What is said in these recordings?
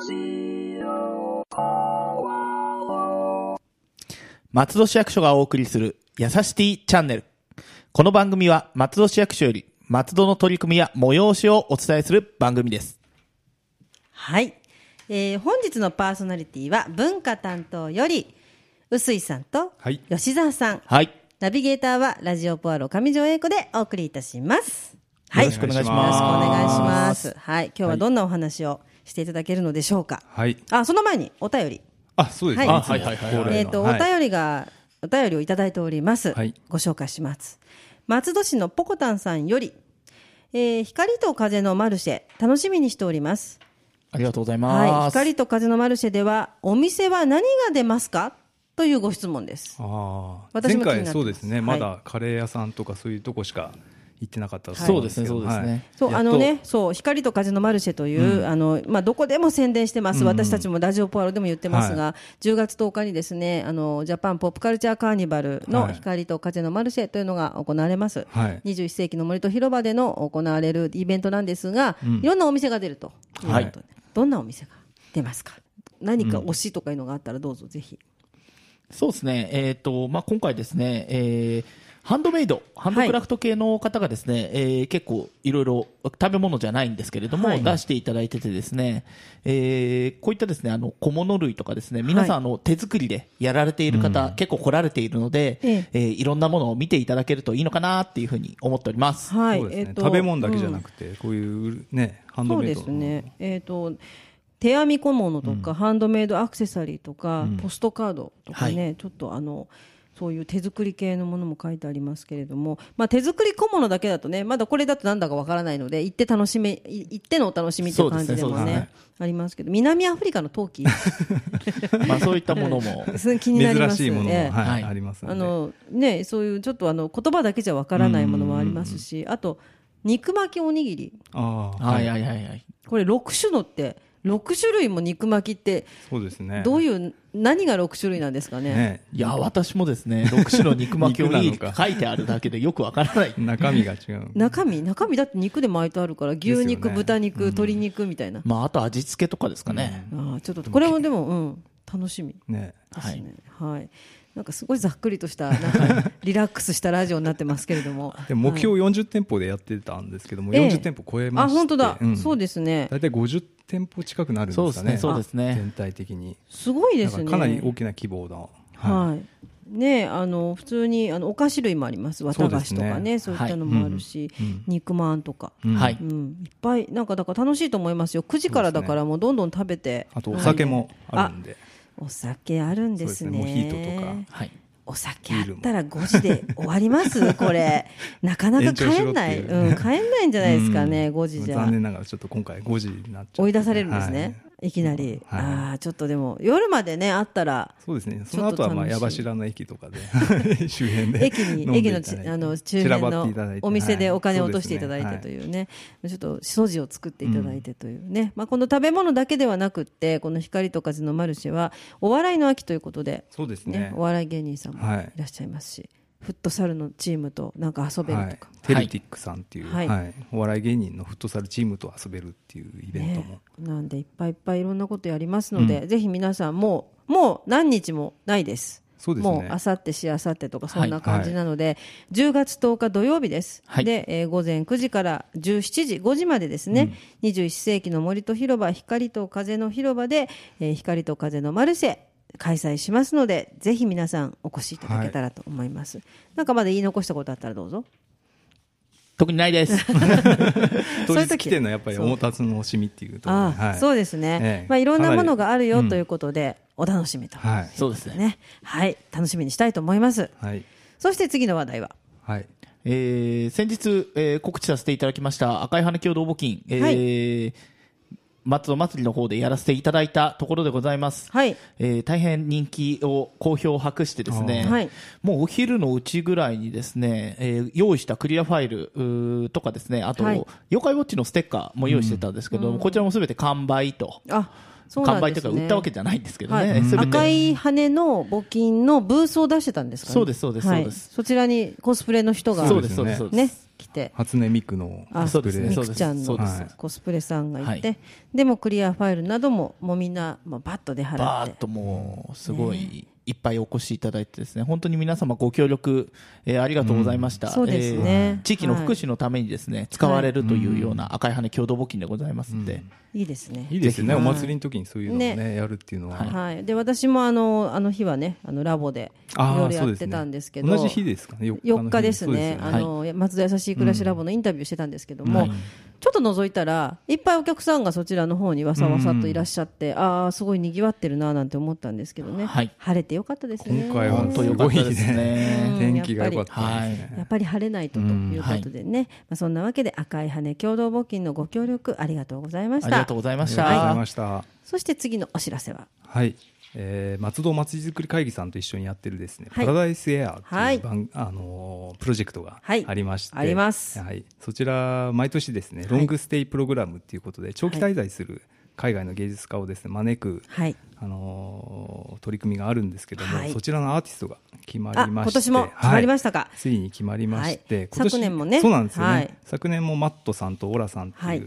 松戸市役所がお送りするやさしティチャンネル。この番組は松戸市役所より松戸の取り組みや催しをお伝えする番組です。 はい、本日のパーソナリティは文化担当より臼井さんと吉澤さん、 はい、 ナビゲーターはラジオポアロ上条英子でお送りいたします。はい、 よろしくお願いします。 よろしくお願いします。はい、今日はどんなお話をしていただけるのでしょうか。 はい、 その前にお便り。 そうですね。 はい、 はいはいはい。 お便りをいただいております。 はい、 ご紹介します。松戸市のポコタンさんより、光と風のマルシェ楽しみにしております。 ありがとうございます。 はい、光と風のマルシェではお店は何が出ますかというご質問です。 前回そうですね、まだカレー屋さんとかそういうとこしか行ってなかった、 そうですね、そうですね。 そう光と風のマルシェという、どこでも宣伝してます。私たちもラジオポアロでも言ってますが、10月10日にですね、ジャパンポップカルチャーカーニバルの光と風のマルシェというのが行われます。21世紀の森と広場での行われるイベントなんですが、いろんなお店が出るということで、どんなお店が出ますか。何か推しとかいうのがあったらどうぞぜひ。 そうですね、今回ですね、ハンドメイド、ハンドクラフト系の方がですね、結構いろいろ食べ物じゃないんですけれども、出していただいててですね、こういったですね、小物類とかですね、皆さん手作りでやられている方、結構来られているので、いろんなものを見ていただけるといいのかなっていうふうに思っております。 そうですね、食べ物だけじゃなくて、こういうね、ハンドメイド。 そうですね。手編み小物とか、ハンドメイドアクセサリーとか、ポストカードとかね、ちょっとそういう手作り系のものも書いてありますけれども、手作り小物だけだとね、まだこれだとなんだかわからないので、行ってのお楽しみという感じでもね、ありますけど、南アフリカの陶器そういったものも気になります。 珍しいものも、ありますので、そういうちょっと言葉だけじゃわからないものもありますし、あと肉巻きおにぎり、これ6種のって6種類も肉巻きって、 そうですね、 どういう何が6種類なんですかね。 いや私もですね、6種の肉巻きおにぎり書いてあるだけでよくわからない。 中身が違う。 中身だって肉で巻いてあるから、牛肉、豚肉、鶏肉みたいな。 あと味付けとかですかね。 ちょっとこれもでも楽しみですね。はい。なんかすごいざっくりとしたなんかリラックスしたラジオになってますけれども、 で目標40店舗でやってたんですけども、40店舗超えまして、 本当だ、そうですね、 だいたい50店舗近くなるんですかね。 そうですね、 全体的にすごいですね。 かなり大きな規模の、 ね、普通にお菓子類もあります。綿菓子とかね、そういったのもあるし、肉まんとか、いっぱいなんかだから楽しいと思いますよ。9時からだからもうどんどん食べて、 あとお酒もあるんで、 お酒あるんですね。 モヒートとか、 お酒あったら5時で終わりますこれなかなか帰んない、帰んないんじゃないですかね、5時じゃ。 残念ながらちょっと今回5時になっちゃって、 追い出されるんですね、いきなり。ちょっとでも夜までねあったら、 そうですね、その後は矢柱の駅とかで周辺で駅の周辺のお店でお金を落としていただいてというね、ちょっと素地を作っていただいてというね、この食べ物だけではなくって、この光と風のマルシェはお笑いの秋ということで、 そうですね、 お笑い芸人さんもいらっしゃいますし、フットサルのチームとなんか遊べるとか、 テルティックさんっていう、お笑い芸人のフットサルチームと遊べるっていうイベントも、 なんでいっぱいいっぱいいろんなことやりますので、ぜひ皆さんもう何日もないです。 そうですね、 もうあさってしあさってとかそんな感じなので、10月10日土曜日です、で、午前9時から17時5時までですね、21世紀の森と広場光と風の広場で、光と風のマルシェ開催しますので、ぜひ皆さんお越しいただけたらと思います。なんかまだ言い残したことあったらどうぞ。 特にないです当日来てるのはやっぱり大辰の惜しみっていうところで、 そうですね、いろんなものがあるよということで、お楽しみと、 そうですね、 楽しみにしたいと思います。そして次の話題は、 先日、告知させていただきました赤い羽京道募金、松戸祭りの方でやらせていただいたところでございます。大変人気を好評を博してですね、もうお昼のうちぐらいにですね、用意したクリアファイルとかですね、あと、妖怪ウォッチのステッカーも用意してたんですけど、こちらもすべて完売と。 完売というか売ったわけじゃないんですけどね、 はい、赤い羽の募金のブースを出してたんですかね。 そうですそうですそうです、 そちらにコスプレの人がそうですそうですね来て、 初音ミクのコスプレ、 ミクちゃんのコスプレさんがいて、でもクリアファイルなどももうみんなバッと出払ってバーッともうすごいいっぱいお越しいただいてですね、本当に皆様ご協力、ありがとうございました。 そうですね、 地域の福祉のためにですね、使われるというような赤い羽共同募金でございますので、 いいですね。 いいですね。お祭りの時にそういうのをねやるっていうのは。 はい。で私もあの日はねラボでいろいろやってたんですけど、 同じ日ですかね。 4日ですね。松戸やさしい暮らしラボのインタビューしてたんですけども。ちょっと覗いたらいっぱいお客さんがそちらの方にわさわさといらっしゃって、すごい賑わってるななんて思ったんですけどね、晴れてよかったですね。 今回はすごいですね。天気が良かったですね。 やっぱり晴れないとということでね、そんなわけで赤い羽共同募金のご協力ありがとうございました。 ありがとうございました。 そして次のお知らせは、 はい、松戸まちづくり会議さんと一緒にやってるですね、パラダイスエアというプロジェクトがありまして、 あります。 はい、そちら毎年ですね、ロングステイプログラムということで長期滞在する海外の芸術家をですね招く、取り組みがあるんですけども、そちらのアーティストが決まりまして、 今年も決まりましたか。 ついに決まりまして、 昨年もね、 そうなんですよね、昨年もマットさんとオラさんっていう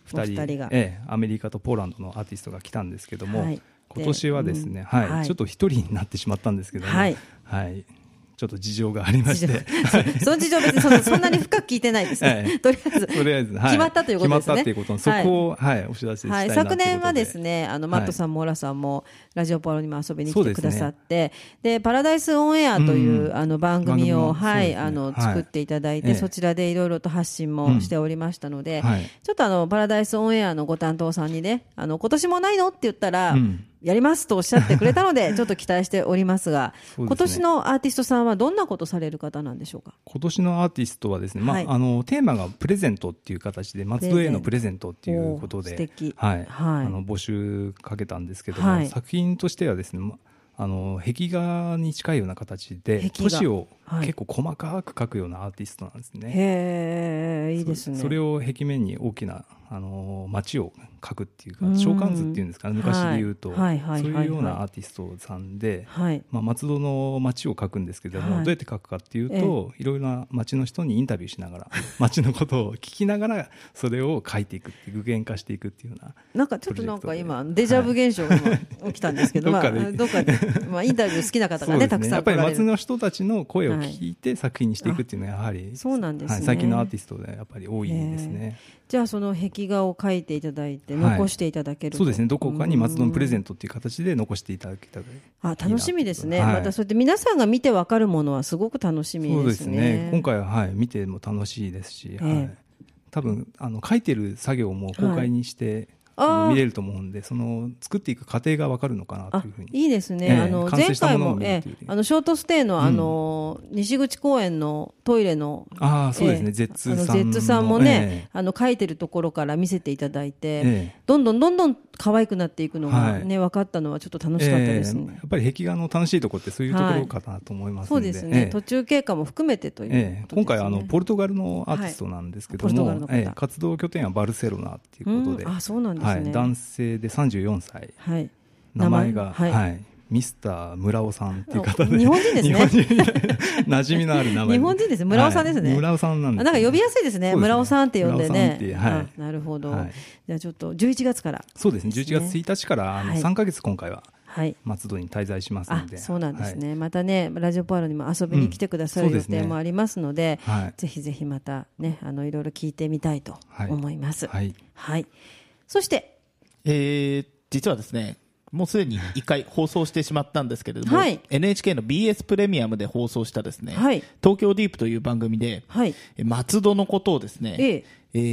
2人が、アメリカとポーランドのアーティストが来たんですけども、今年はですね、ちょっと一人になってしまったんですけども、ちょっと事情がありまして、 その事情別にそんなに深く聞いてないですね。とりあえず決まったということですね。 決まったということのそこをお知らせしたいなということで。 昨年はですね、マットさんもオラさんもラジオポアロにも遊びに来てくださって、でパラダイスオンエアという番組を作っていただいて、そちらでいろいろと発信もしておりましたので、ちょっとパラダイスオンエアのご担当さんにね、今年もないのって言ったら、やりますとおっしゃってくれたのでちょっと期待しておりますが、今年のアーティストさんはどんなことされる方なんでしょうか。 今年のアーティストはですね、テーマがプレゼントっていう形で松戸へのプレゼントっていうことで、募集かけたんですけども、作品としてはですね、壁画に近いような形で都市を結構細かく描くようなアーティストなんですね。 へー、いいですね。 それを壁面に大きな街を描くっていうか、相関図っていうんですかね、昔で言うと、そういうようなアーティストさんで、松戸の街を描くんですけども、どうやって描くかっていうと、いろいろな街の人にインタビューしながら街のことを聞きながらそれを描いていくっていう、具現化していくっていうような、 なんかちょっとなんか今デジャブ現象が起きたんですけど、どっかでインタビュー好きな方がね、たくさんやっぱり松の人たちの声を聞いて作品にしていくっていうのはやはり、 そうなんですね、 最近のアーティストでやっぱり多いですね。 じゃあその壁画を描いていただいて残していただけると、 そうですね、どこかに松戸のプレゼントっていう形で残していただけたら楽しみですね。またそうやって皆さんが見て分かるものはすごく楽しみですね。 そうですね、今回は見ても楽しいですし、多分書いてる作業も公開にして、見れると思うんで、その作っていく過程が分かるのかなというふうに。 いいですね。前回もショートステイの西口公園のトイレのそうですね、 Zさんもね、書いてるところから見せていただいて、どんどん可愛くなっていくのがね、分かったのはちょっと楽しかったですね。 やっぱり壁画の楽しいところってそういうところかなと思いますので。 そうですね、途中経過も含めてという今回ポルトガルのアーティストなんですけども、活動拠点はバルセロナっていうことで、 そうなんですね。 男性で34歳、名前がミスター村尾さんっていう方で、 日本人ですね。 馴染みのある名前。 日本人です。村尾さんですね。 村尾さんなんです。 なんか呼びやすいですね。村尾さんって呼んでね。なるほど。じゃあちょっと11月から。 そうですね。11月1日から3ヶ月今回は松戸に滞在しますので。 そうなんですね。またね、ラジオポアロにも遊びに来てくださる予定もありますので、ぜひぜひまたね、いろいろ聞いてみたいと思います。はい。そして、 実はですね、もうすでに1回放送してしまったんですけれども、NHK の BS プレミアムで放送したですね、東京ディープという番組で、松戸のことをですね、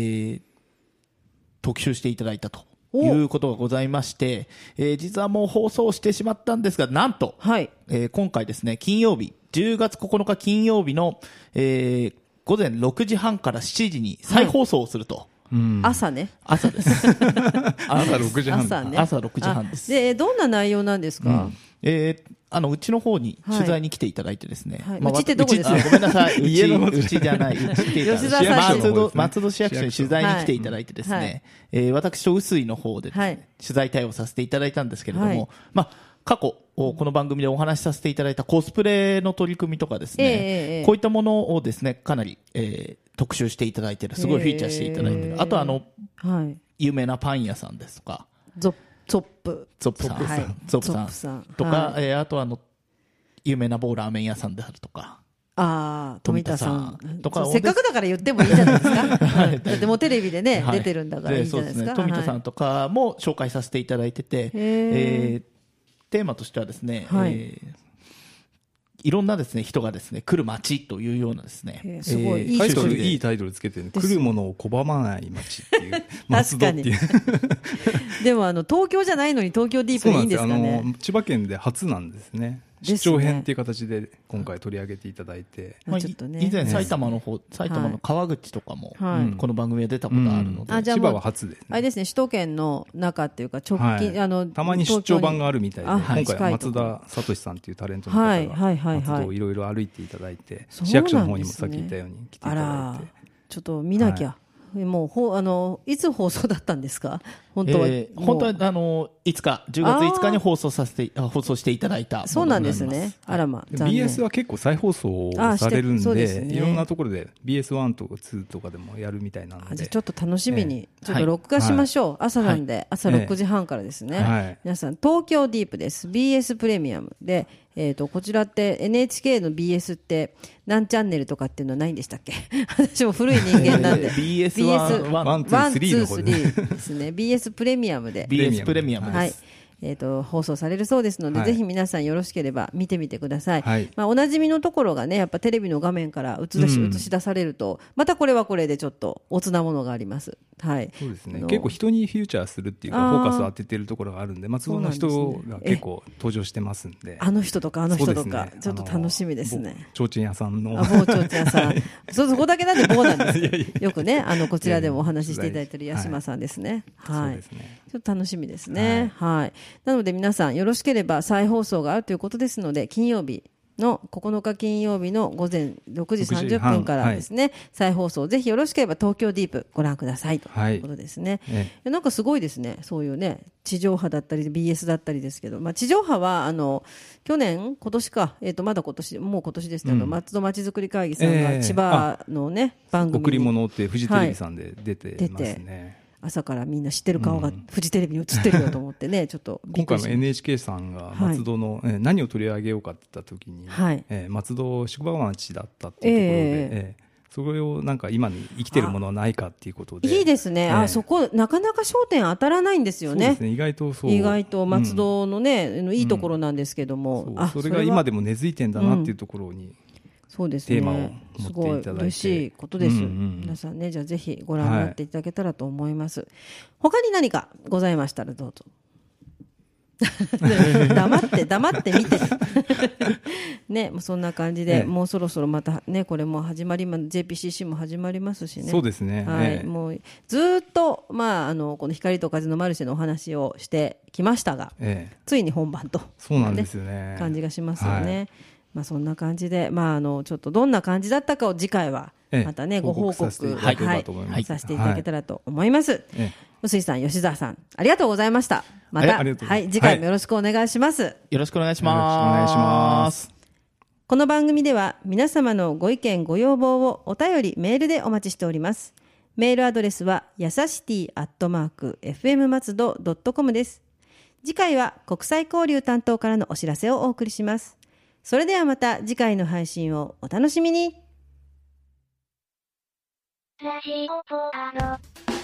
特集していただいたということがございまして、実はもう放送してしまったんですが、なんと、今回ですね、金曜日、10月9日金曜日の、午前6時半から7時に再放送をすると。 朝ね。 朝です。 朝6時半。 朝6時半です。 で、どんな内容なんですか？ うちの方に取材に来ていただいてですね。 うちってどこですか？ ごめんなさい。うちじゃない。 吉沢さん松戸市役所に取材に来ていただいてですね、私と臼井の方で、取材対応させていただいたんですけれども、過去、この番組でお話しさせていただいたコスプレの取り組みとかですね、こういったものをですね、かなり、特集していただいてる、すごいフィーチャーしていただいてる。あと有名なパン屋さんですとか、 ゾップさんとか、あと有名な某ラーメン屋さんであるとか、 富田さんとか、せっかくだから言ってもいいじゃないですか。だってもうテレビでね、出てるんだからいいじゃないですか。 富田さんとかも紹介させていただいてて、テーマとしてはですね、いろんなですね、人がですね、来る街というようなですね、 すごいいいタイトルつけてる、来るものを拒まない街っていう、松戸っていう。 でも東京じゃないのに東京ディープでいいんですかね。 千葉県で初なんですね。出張編っていう形で今回取り上げていただいて、 以前埼玉の川口とかもこの番組は出たことあるので、 千葉は初ですね。 あれですね、首都圏の中っていうか直近、 たまに出張版があるみたいで、今回は松田聡さんっていうタレントの方が松戸をいろいろ歩いていただいて、市役所の方にもさっき言ったように来ていただいて、 ちょっと見なきゃ。もういつ放送だったんですか？本当は 10月5日に放送していただいた。 そうなんですね。あらま、 BS は結構再放送されるんで、いろんなところで BS1 とか2とかでもやるみたいなので、 じゃあちょっと楽しみにちょっと録画しましょう。朝なんで朝6時半からですね。皆さん東京ディープです。BS プレミアムで。こちらって NHK の BS って何チャンネルとかっていうのはないんでしたっけ？私も古い人間なんで。 BS1、 2、3 ですね。BS プレミアムで。 BS プレミアムです。 放送されるそうですので、ぜひ皆さんよろしければ見てみてください。おなじみのところがね、やっぱテレビの画面から映し出されると、またこれはこれでちょっとおつなものがあります。 そうですね。結構人にフューチャーするっていうか、フォーカスを当ててるところがあるんで、松戸の人が結構登場してますんで。 あの人とかちょっと楽しみですね。 提灯屋さんの。 某提灯屋さん。そこだけなんで某なんです。よくね、こちらでもお話ししていただいている八島さんですね。はい。ちょっと楽しみですね。はい。なので皆さんよろしければ再放送があるということですので、金曜日の9日金曜日の午前6時30分からですね、再放送ぜひよろしければ東京ディープご覧くださいということですね。なんかすごいですね、そういうね、地上波だったり BS だったりですけど、地上波は今年か、まだもう今年ですけど、松戸まちづくり会議さんが千葉のね、番組に贈り物ってフジテレビさんで出てますね。 朝からみんな知ってる顔がフジテレビに映ってるよと思ってね、ちょっと今回も NHK さんが松戸の何を取り上げようかって言った時に、松戸宿場町だったっていうところで、それをなんか今に生きてるものはないかっていうことで、 いいですね。そこなかなか焦点当たらないんですよね。 そうですね。意外と松戸のね、いいところなんですけども、 それが今でも根付いてんだなっていうところに。 そうですね、 テーマを持っていただいて、 すごい嬉しいことです。皆さんね、じゃあぜひご覧になっていただけたらと思います。他に何かございましたらどうぞ。黙って見てね、もうそんな感じで、もうそろそろまたね、これもJPCC も始まりますしね。 そうですね。 もうずっとこの光と風のマルシェのお話をしてきましたが、ついに本番と、 そうなんですよね。 感じがしますよね。そんな感じで、ちょっとどんな感じだったかを次回はまたね、ご報告させていただけたらと思います。臼井さん、吉澤さん、ありがとうございました。また、次回もよろしくお願いします。 よろしくお願いします。 この番組では皆様のご意見ご要望をお便りメールでお待ちしております。メールアドレスはやさしティ@fm松戸.com です。次回は国際交流担当からのお知らせをお送りします。それではまた次回の配信をお楽しみに。ラジオポアロ